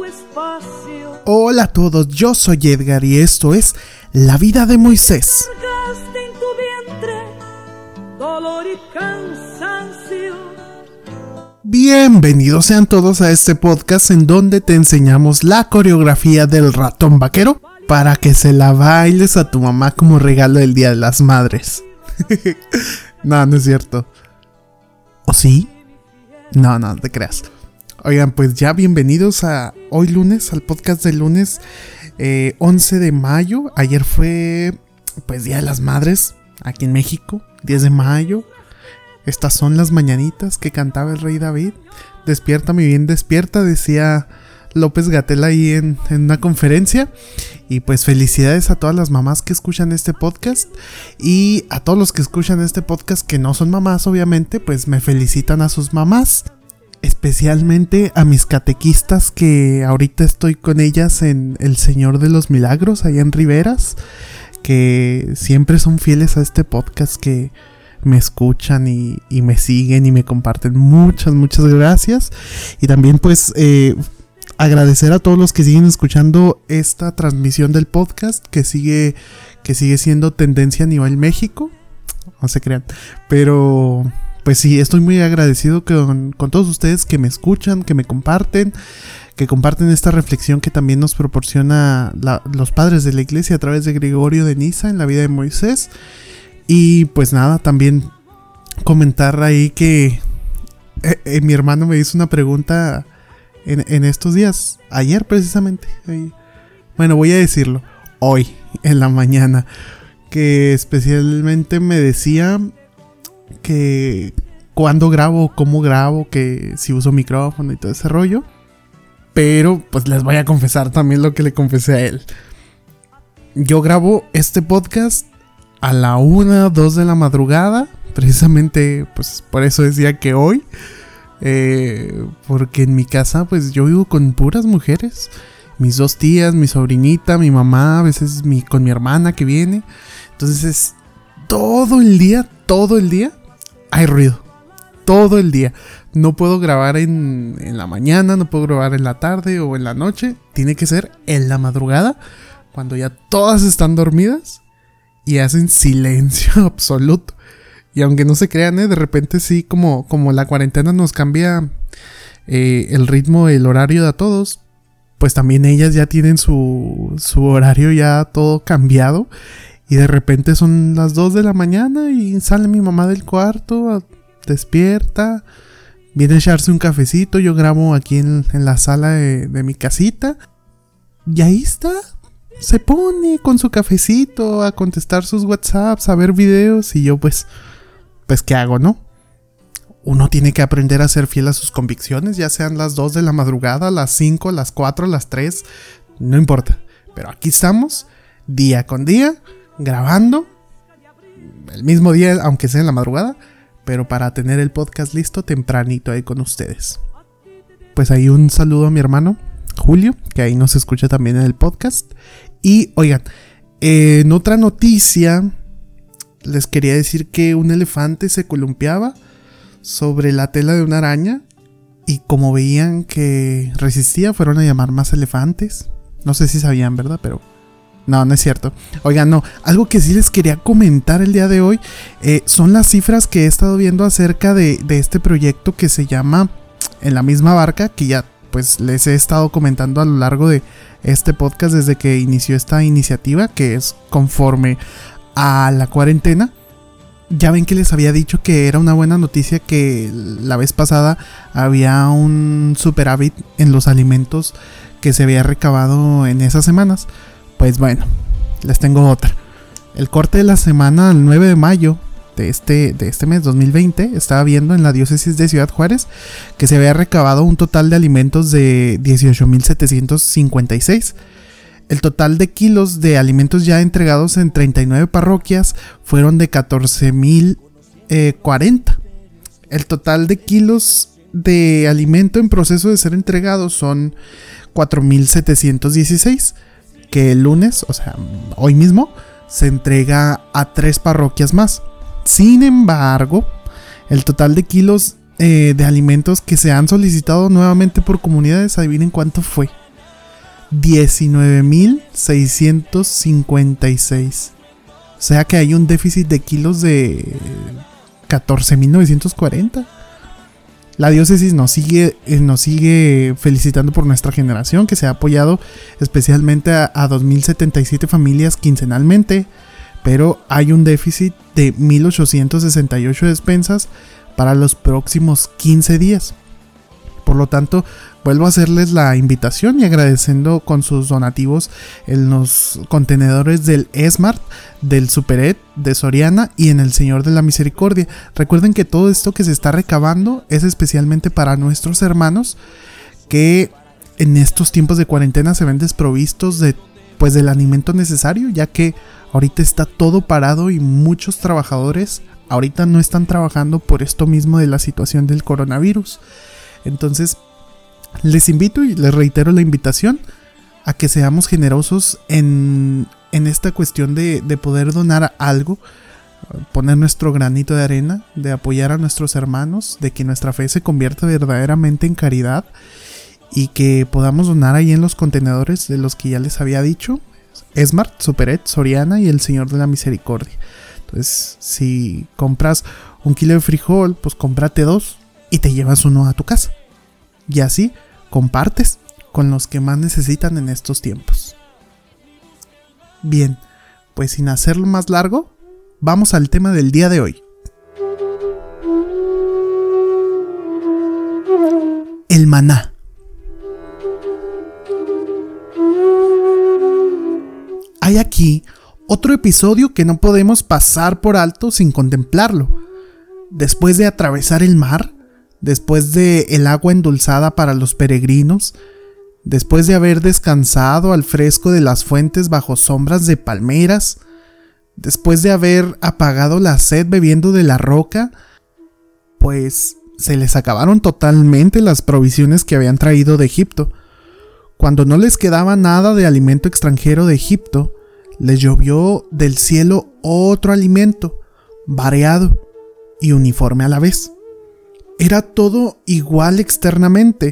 espacio. Hola a todos, yo soy Edgar y esto es La Vida de Moisés. Cargaste en tu vientre dolor y cansancio. Bienvenidos sean todos a este podcast en donde te enseñamos la coreografía del ratón vaquero para que se la bailes a tu mamá como regalo del Día de las Madres. No, no es cierto. ¿O sí? No te creas. Oigan, pues ya bienvenidos a hoy lunes, al podcast del lunes 11 de mayo. Ayer fue pues Día de las Madres aquí en México, 10 de mayo. Estas son las mañanitas que cantaba el rey David. Despierta mi bien, despierta, decía López-Gatell ahí en una conferencia. Y pues felicidades a todas las mamás que escuchan este podcast. Y a todos los que escuchan este podcast que no son mamás, obviamente, pues me felicitan a sus mamás. Especialmente a mis catequistas que ahorita estoy con ellas en El Señor de los Milagros, allá en Riberas. Que siempre son fieles a este podcast, que me escuchan y me siguen y me comparten. Muchas gracias. Y también pues agradecer a todos los que siguen escuchando esta transmisión del podcast, que sigue siendo tendencia a nivel México. No se crean, pero pues sí, estoy muy agradecido con todos ustedes que me escuchan, que me comparten, esta reflexión que también nos proporciona los padres de la iglesia a través de Gregorio de Niza en La Vida de Moisés. Y pues nada, también comentar ahí que mi hermano me hizo una pregunta en estos días, ayer precisamente. Bueno, voy a decirlo, hoy en la mañana, que especialmente me decía que cuándo grabo, cómo grabo, que si uso micrófono y todo ese rollo. Pero pues les voy a confesar también lo que le confesé a él. Yo grabo este podcast a la 1, 2 de la madrugada. Precisamente pues por eso decía que hoy. Porque en mi casa pues yo vivo con puras mujeres. Mis 2 tías, mi sobrinita, mi mamá, a veces con mi hermana que viene. Entonces todo el día hay ruido. Todo el día. No puedo grabar en la mañana, no puedo grabar en la tarde o en la noche. Tiene que ser en la madrugada, cuando ya todas están dormidas y hacen silencio absoluto. Y aunque no se crean, de repente sí, como la cuarentena nos cambia el ritmo, el horario de a todos, pues también ellas ya tienen su horario ya todo cambiado. Y de repente son las 2 de la mañana y sale mi mamá del cuarto, despierta, viene a echarse un cafecito. Yo grabo aquí en la sala de mi casita. Y ahí está, se pone con su cafecito a contestar sus WhatsApps, a ver videos. Y yo pues ¿qué hago, no? Uno tiene que aprender a ser fiel a sus convicciones, ya sean las 2 de la madrugada, las 5, las 4, las 3, no importa. Pero aquí estamos, día con día, grabando el mismo día, aunque sea en la madrugada, pero para tener el podcast listo tempranito ahí con ustedes. Pues ahí un saludo a mi hermano Julio, que ahí nos escucha también en el podcast. Y oigan, en otra noticia les quería decir que un elefante se columpiaba sobre la tela de una araña y como veían que resistía, fueron a llamar más elefantes. No sé si sabían, ¿verdad? Pero no es cierto. Oigan, no, algo que sí les quería comentar el día de hoy son las cifras que he estado viendo acerca de este proyecto que se llama En la Misma Barca, que ya pues les he estado comentando a lo largo de este podcast desde que inició esta iniciativa, que es conforme a la cuarentena. Ya ven que les había dicho que era una buena noticia que la vez pasada había un superávit en los alimentos que se había recabado en esas semanas. Pues bueno, les tengo otra. El corte de la semana al 9 de mayo de este mes 2020, estaba viendo en la diócesis de Ciudad Juárez que se había recabado un total de alimentos de 18,756. El total de kilos de alimentos ya entregados en 39 parroquias fueron de 14,040. El total de kilos de alimento en proceso de ser entregados son 4,716, que el lunes, o sea, hoy mismo, se entrega a 3 parroquias más. Sin embargo, el total de kilos de alimentos que se han solicitado nuevamente por comunidades, adivinen cuánto fue. 19,656. O sea que hay un déficit de kilos de 14,940. La diócesis nos sigue felicitando por nuestra generación, que se ha apoyado especialmente a 2,077 familias quincenalmente, pero hay un déficit de 1,868 despensas para los próximos 15 días. Por lo tanto, vuelvo a hacerles la invitación y agradeciendo con sus donativos en los contenedores del Esmart, del Superet, de Soriana y en el Señor de la Misericordia. Recuerden que todo esto que se está recabando es especialmente para nuestros hermanos que en estos tiempos de cuarentena se ven desprovistos del alimento necesario, ya que ahorita está todo parado y muchos trabajadores ahorita no están trabajando por esto mismo de la situación del coronavirus. Entonces, les invito y les reitero la invitación a que seamos generosos en esta cuestión de poder donar algo, poner nuestro granito de arena, de apoyar a nuestros hermanos, de que nuestra fe se convierta verdaderamente en caridad y que podamos donar ahí en los contenedores de los que ya les había dicho: Esmart, Superet, Soriana y el Señor de la Misericordia. Entonces, si compras 1 kilo de frijol, pues cómprate 2 y te llevas uno a tu casa. Y así compartes con los que más necesitan en estos tiempos. Bien, pues sin hacerlo más largo, vamos al tema del día de hoy. El maná. Hay aquí otro episodio que no podemos pasar por alto sin contemplarlo. Después de atravesar el mar, después de el agua endulzada para los peregrinos, después de haber descansado al fresco de las fuentes bajo sombras de palmeras, después de haber apagado la sed bebiendo de la roca, pues se les acabaron totalmente las provisiones que habían traído de Egipto. Cuando no les quedaba nada de alimento extranjero de Egipto, les llovió del cielo otro alimento, variado y uniforme a la vez. Era todo igual externamente,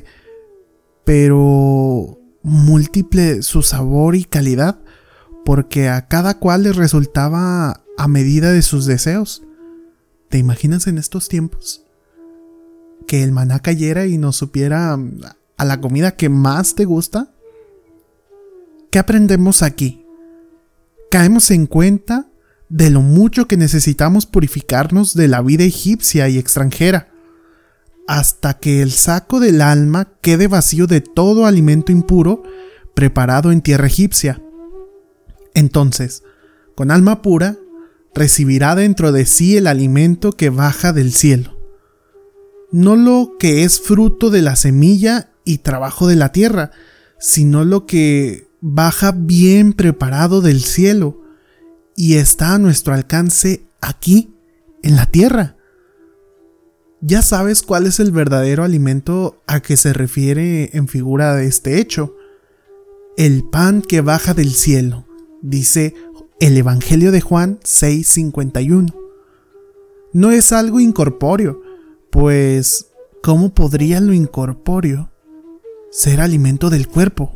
pero múltiple su sabor y calidad, porque a cada cual les resultaba a medida de sus deseos. ¿Te imaginas en estos tiempos? Que el maná cayera y nos supiera a la comida que más te gusta. ¿Qué aprendemos aquí? Caemos en cuenta de lo mucho que necesitamos purificarnos de la vida egipcia y extranjera, hasta que el saco del alma quede vacío de todo alimento impuro preparado en tierra egipcia. Entonces, con alma pura, recibirá dentro de sí el alimento que baja del cielo, no lo que es fruto de la semilla y trabajo de la tierra, sino lo que baja bien preparado del cielo y está a nuestro alcance aquí, en la tierra. Ya sabes cuál es el verdadero alimento a que se refiere en figura de este hecho. El pan que baja del cielo, dice el Evangelio de Juan 6:51. No es algo incorpóreo, pues ¿cómo podría lo incorpóreo ser alimento del cuerpo?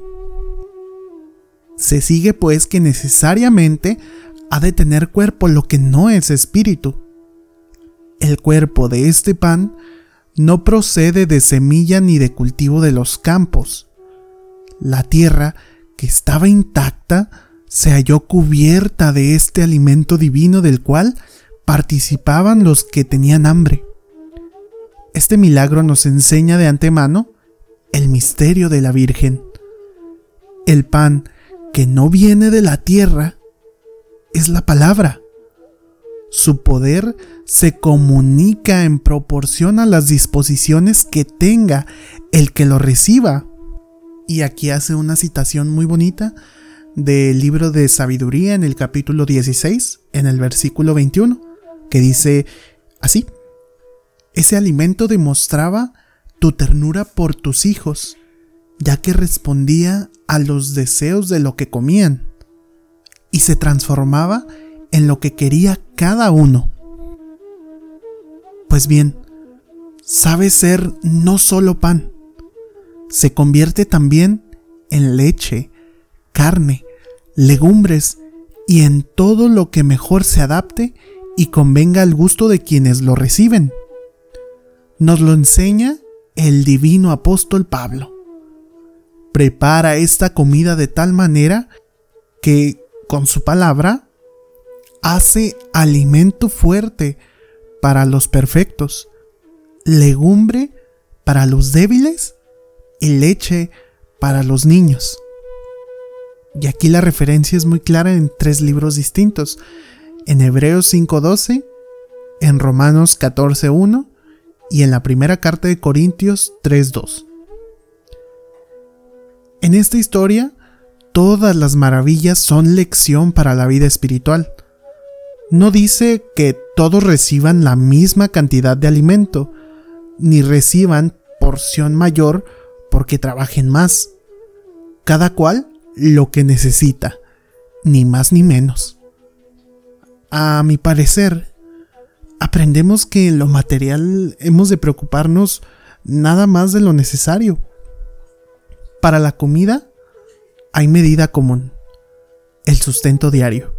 Se sigue pues que necesariamente ha de tener cuerpo lo que no es espíritu. El cuerpo de este pan no procede de semilla ni de cultivo de los campos. La tierra, que estaba intacta, se halló cubierta de este alimento divino del cual participaban los que tenían hambre. Este milagro nos enseña de antemano el misterio de la Virgen. El pan que no viene de la tierra es la palabra. Su poder se comunica en proporción a las disposiciones que tenga el que lo reciba. Y aquí hace una citación muy bonita del libro de Sabiduría en el capítulo 16, en el versículo 21, que dice así: ese alimento demostraba tu ternura por tus hijos, ya que respondía a los deseos de lo que comían, y se transformaba en lo que quería cada uno. Pues bien, sabe ser no solo pan, se convierte también en leche, carne, legumbres y en todo lo que mejor se adapte y convenga al gusto de quienes lo reciben. Nos lo enseña el divino apóstol Pablo. Prepara esta comida de tal manera que, con su palabra, hace alimento fuerte para los perfectos, legumbre para los débiles y leche para los niños. Y aquí la referencia es muy clara en 3 libros distintos: en Hebreos 5:12, en Romanos 14:1 y en la primera carta de Corintios 3:2. En esta historia, todas las maravillas son lección para la vida espiritual. No dice que todos reciban la misma cantidad de alimento, ni reciban porción mayor porque trabajen más. Cada cual lo que necesita, ni más ni menos. A mi parecer, aprendemos que en lo material hemos de preocuparnos nada más de lo necesario. Para la comida hay medida común: el sustento diario.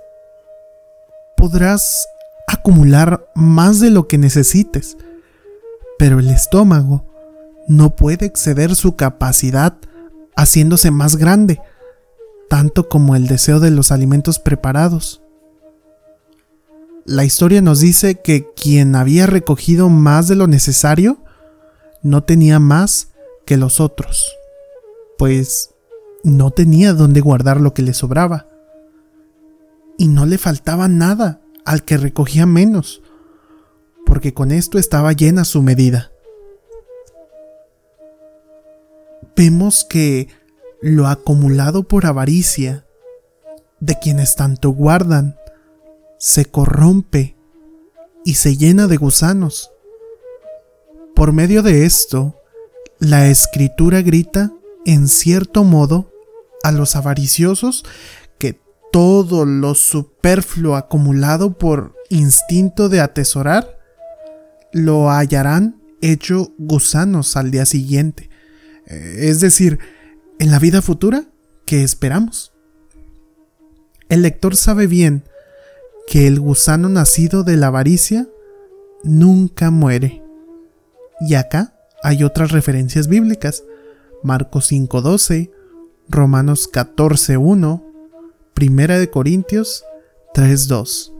Podrás acumular más de lo que necesites, pero el estómago no puede exceder su capacidad haciéndose más grande, tanto como el deseo de los alimentos preparados. La historia nos dice que quien había recogido más de lo necesario no tenía más que los otros, pues no tenía dónde guardar lo que le sobraba. Y no le faltaba nada al que recogía menos, porque con esto estaba llena su medida. Vemos que lo acumulado por avaricia de quienes tanto guardan se corrompe y se llena de gusanos. Por medio de esto, la Escritura grita, en cierto modo, a los avariciosos que todo lo superfluo acumulado por instinto de atesorar lo hallarán hecho gusanos al día siguiente. Es decir, en la vida futura que esperamos. El lector sabe bien que el gusano nacido de la avaricia nunca muere. Y acá hay otras referencias bíblicas: Marcos 5:12, Romanos 14:1, Primera de Corintios 3:2.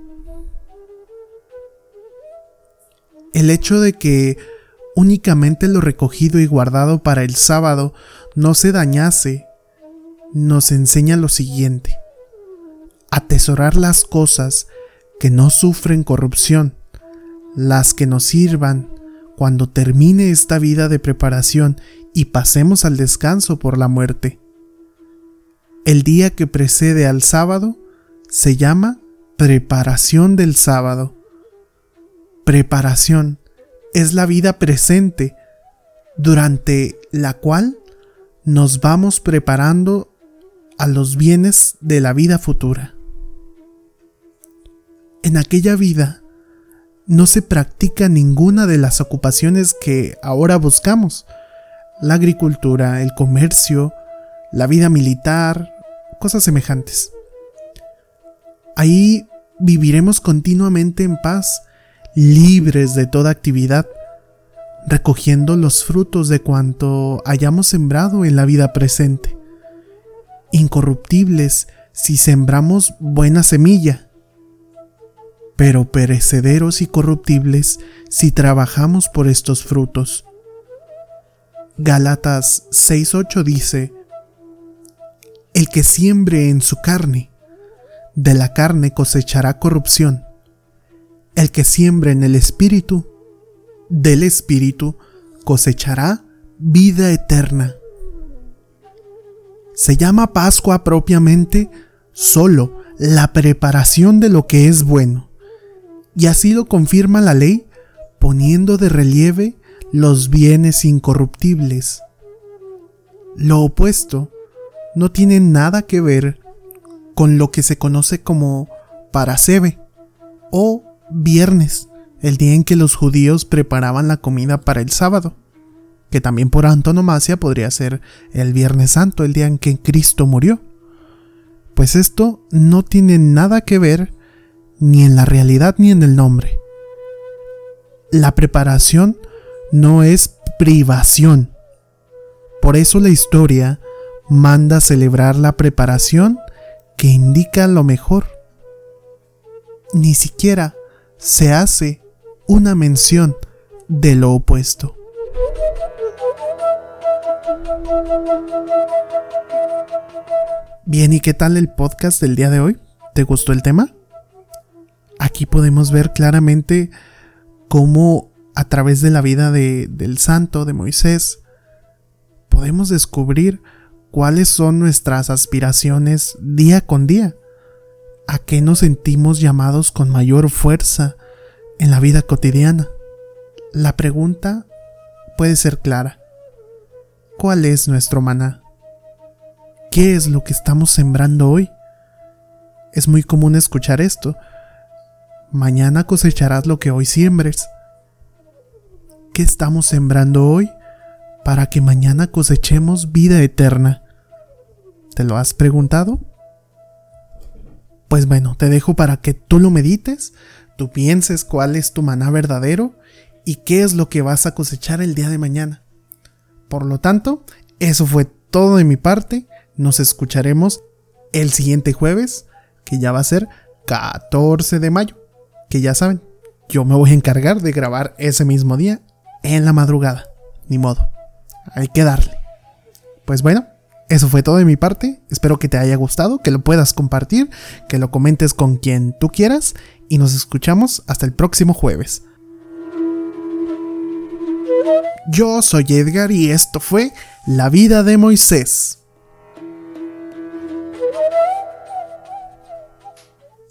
El hecho de que únicamente lo recogido y guardado para el sábado no se dañase nos enseña lo siguiente: atesorar las cosas que no sufren corrupción, las que nos sirvan cuando termine esta vida de preparación y pasemos al descanso por la muerte. El día que precede al sábado se llama preparación del sábado. Preparación es la vida presente durante la cual nos vamos preparando a los bienes de la vida futura. En aquella vida no se practica ninguna de las ocupaciones que ahora buscamos: la agricultura, el comercio, la vida militar, cosas semejantes. Ahí viviremos continuamente en paz, libres de toda actividad, recogiendo los frutos de cuanto hayamos sembrado en la vida presente, incorruptibles si sembramos buena semilla, pero perecederos y corruptibles si trabajamos por estos frutos. Gálatas 6:8 dice: el que siembre en su carne, de la carne cosechará corrupción. El que siembre en el Espíritu, del Espíritu cosechará vida eterna. Se llama Pascua propiamente solo la preparación de lo que es bueno, y así lo confirma la ley, poniendo de relieve los bienes incorruptibles. Lo opuesto no tiene nada que ver con lo que se conoce como Parasceve o viernes, el día en que los judíos preparaban la comida para el sábado, que también por antonomasia podría ser el Viernes Santo, el día en que Cristo murió. pues esto no tiene nada que ver ni en la realidad ni en el nombre. La preparación no es privación. Por eso la historia manda a celebrar la preparación que indica lo mejor. Ni siquiera se hace una mención de lo opuesto. Bien, ¿y qué tal el podcast del día de hoy? ¿Te gustó el tema? Aquí podemos ver claramente cómo a través de la vida del santo, de Moisés, podemos descubrir cuáles son nuestras aspiraciones día con día, a qué nos sentimos llamados con mayor fuerza en la vida cotidiana. La pregunta puede ser clara: ¿cuál es nuestro maná? ¿Qué es lo que estamos sembrando hoy? Es muy común escuchar esto: mañana cosecharás lo que hoy siembres. ¿Qué estamos sembrando hoy para que mañana cosechemos vida eterna? ¿Te lo has preguntado? Pues bueno, te dejo para que tú lo medites, tú pienses cuál es tu maná verdadero y qué es lo que vas a cosechar el día de mañana. Por lo tanto, eso fue todo de mi parte. Nos escucharemos el siguiente jueves, que ya va a ser 14 de mayo. Que ya saben, yo me voy a encargar de grabar ese mismo día en la madrugada. Ni modo, hay que darle. Pues bueno, eso fue todo de mi parte. Espero que te haya gustado, que lo puedas compartir, que lo comentes con quien tú quieras y nos escuchamos hasta el próximo jueves. Yo soy Edgar y esto fue La Vida de Moisés.